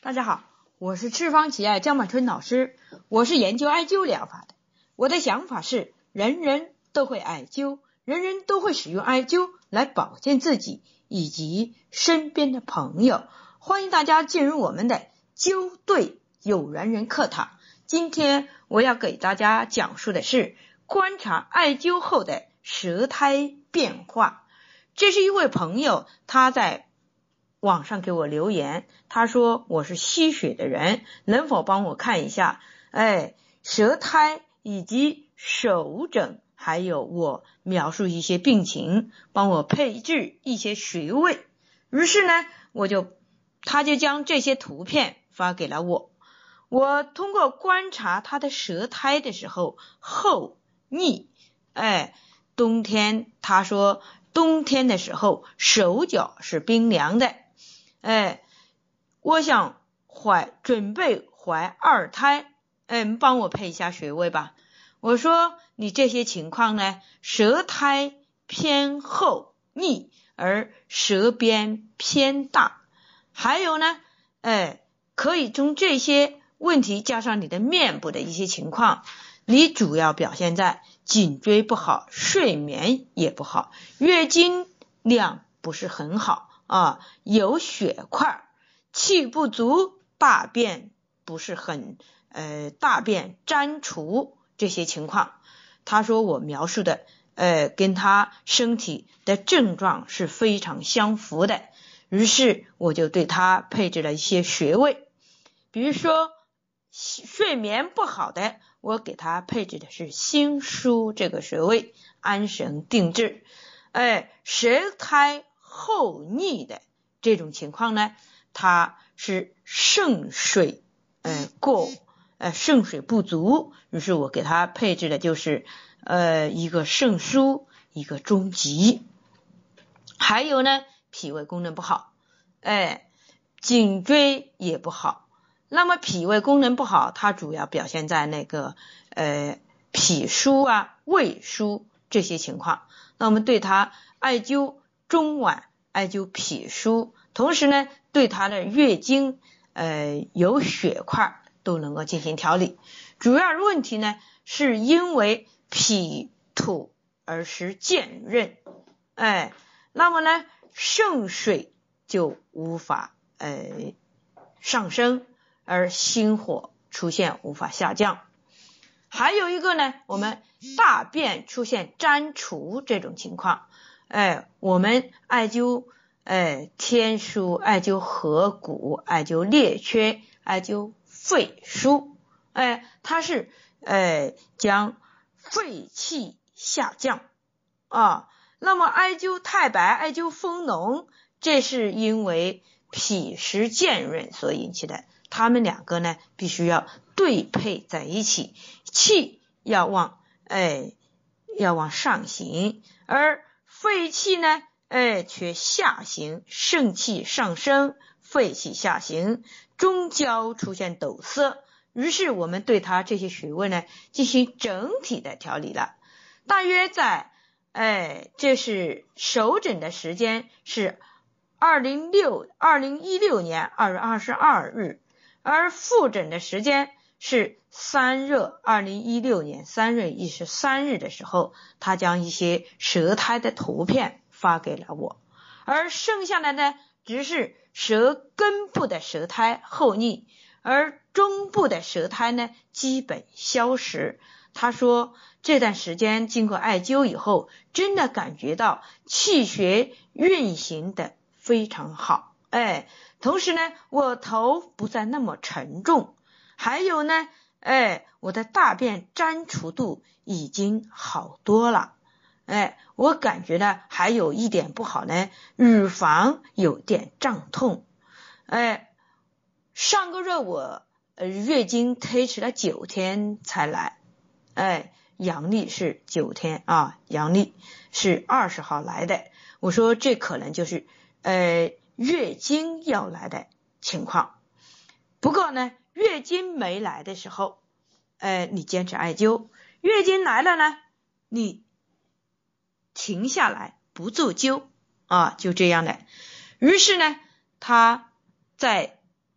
大家好，我是赤方奇艾江满春老师，我是研究艾灸疗法的。我的想法是，人人都会艾灸，人人都会使用艾灸来保健自己以及身边的朋友。欢迎大家进入我们的灸对有缘人课堂。今天我要给大家讲述的是观察艾灸后的舌苔变化。这是一位朋友，他在网上给我留言，他说我是吸血的人，能否帮我看一下舌苔以及手诊，还有我描述一些病情，帮我配置一些穴位。于是呢他就将这些图片发给了我。我通过观察他的舌苔的时候厚腻，冬天他说冬天的时候手脚是冰凉的，我想准备怀二胎，帮我配一下穴位吧。我说你这些情况呢，舌苔偏厚腻，而舌边偏大，还有呢可以从这些问题加上你的面部的一些情况，你主要表现在颈椎不好，睡眠也不好，月经量不是很好有血块，气不足，大便不是很大便粘稠，这些情况。他说我描述的跟他身体的症状是非常相符的，于是我就对他配置了一些穴位。比如说睡眠不好的，我给他配置的是心腧这个穴位，安神定志。舌苔厚腻的这种情况呢，它是肾水肾水不足，于是我给他配置的就是一个肾腧，一个中极。还有呢脾胃功能不好，颈椎也不好。那么脾胃功能不好，它主要表现在那个脾腧胃腧这些情况。那我们对他艾灸中脘，艾灸脾腧，同时呢对他的月经有血块都能够进行调理。主要问题呢是因为脾土而使坚韧，那么呢肾水就无法上升，而心火出现无法下降。还有一个呢，我们大便出现粘稠这种情况，我们艾灸天枢，艾灸合谷，艾灸列缺，艾灸肺腧，它是将肺气下降那么艾灸太白，艾灸丰脓，这是因为脾湿健润所引起的。他们两个呢必须要对配在一起，气要往上行，而肺气呢却下行，肾气上升，肺气下行，中焦出现抖擞。于是我们对它这些穴位呢进行整体的调理了。大约在这是首诊的时间是2016年2月22日，而复诊的时间是2016年3月23日的时候，他将一些舌苔的图片发给了我。而剩下的呢只是舌根部的舌苔厚腻，而中部的舌苔呢基本消失。他说这段时间经过艾灸以后，真的感觉到气血运行的非常好，同时呢我头不再那么沉重，还有呢我的大便粘稠度已经好多了，我感觉呢还有一点不好呢，乳房有点胀痛，上个月我月经推迟了9天才来，阳历是9天阳历是20号来的。我说这可能就是月经要来的情况。不过呢月经没来的时候你坚持艾灸，月经来了呢你停下来不做灸就这样的。于是呢他在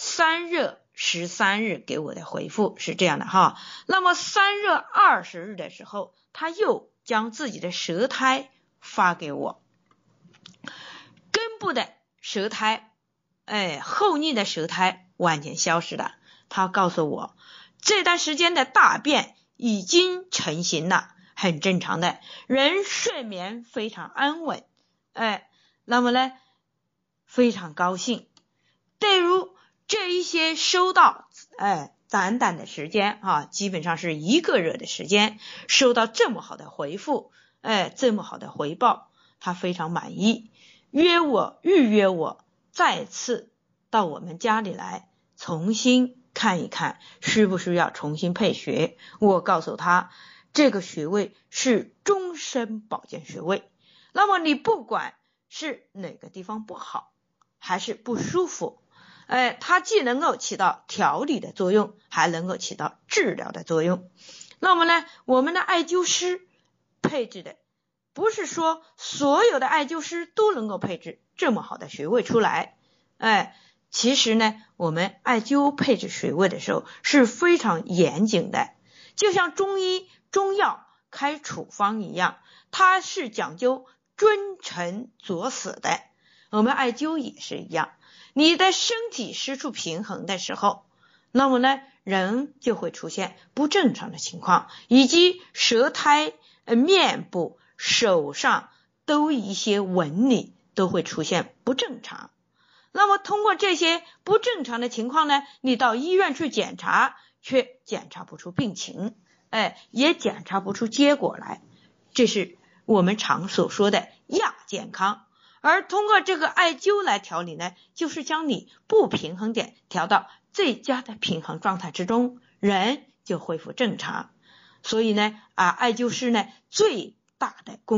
3热13日给我的回复是这样的哈。那么3热20日的时候，他又将自己的舌苔发给我，根部的舌苔厚腻的舌苔完全消失了。他告诉我这段时间的大便已经成型了，很正常的，人睡眠非常安稳。那么呢非常高兴。对于这一些收到短短的时间基本上是1个月的时间，收到这么好的回复，这么好的回报，他非常满意，预约我再次到我们家里来重新看一看需不需要重新配穴。我告诉他这个穴位是终身保健穴位，那么你不管是哪个地方不好还是不舒服，它既能够起到调理的作用，还能够起到治疗的作用。那么呢，我们的艾灸师配置的不是说所有的艾灸师都能够配置这么好的穴位出来，其实呢，我们艾灸配置穴位的时候是非常严谨的，就像中医中药开处方一样，它是讲究遵承作死的。我们艾灸也是一样，你的身体失去平衡的时候，那么呢人就会出现不正常的情况，以及舌苔、面部、手上都一些纹理都会出现不正常。那么通过这些不正常的情况呢，你到医院去检查，却检查不出病情，也检查不出结果来，这是我们常所说的亚健康。而通过这个艾灸来调理呢，就是将你不平衡点调到最佳的平衡状态之中，人就恢复正常。所以呢艾灸师呢最大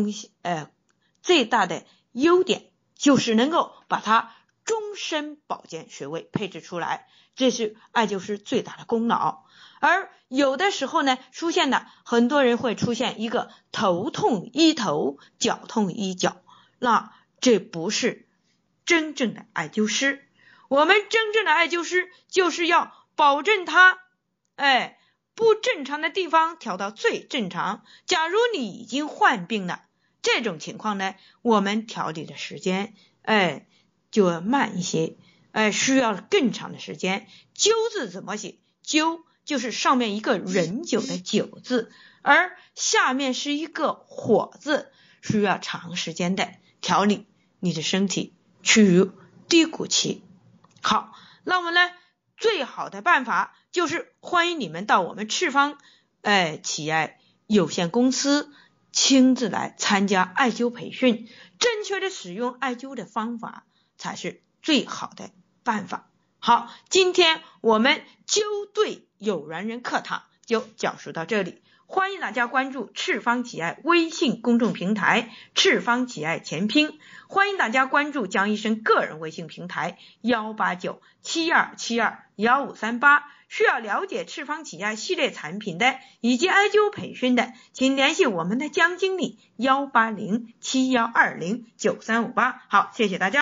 的优点就是能够把它终身保健穴位配置出来，这是艾灸师最大的功劳。而有的时候呢出现的很多人会出现一个头痛医头，脚痛医脚，那这不是真正的艾灸师。我们真正的艾灸师就是要保证他不正常的地方调到最正常。假如你已经患病了，这种情况呢，我们调理的时间就要慢一些，需要更长的时间。灸字怎么写？灸就是上面一个人灸的灸字，而下面是一个火字，需要长时间的调理你的身体处于低谷期。好，那么呢最好的办法就是欢迎你们到我们赤方企业有限公司亲自来参加艾灸培训，正确的使用艾灸的方法才是最好的办法。好，今天我们灸对有缘人课堂就讲述到这里，欢迎大家关注赤方企业微信公众平台赤方企业全拼，欢迎大家关注江医生个人微信平台18972721538。需要了解赤方企业系列产品的以及艾灸培训的，请联系我们的江经理18071209358。好，谢谢大家。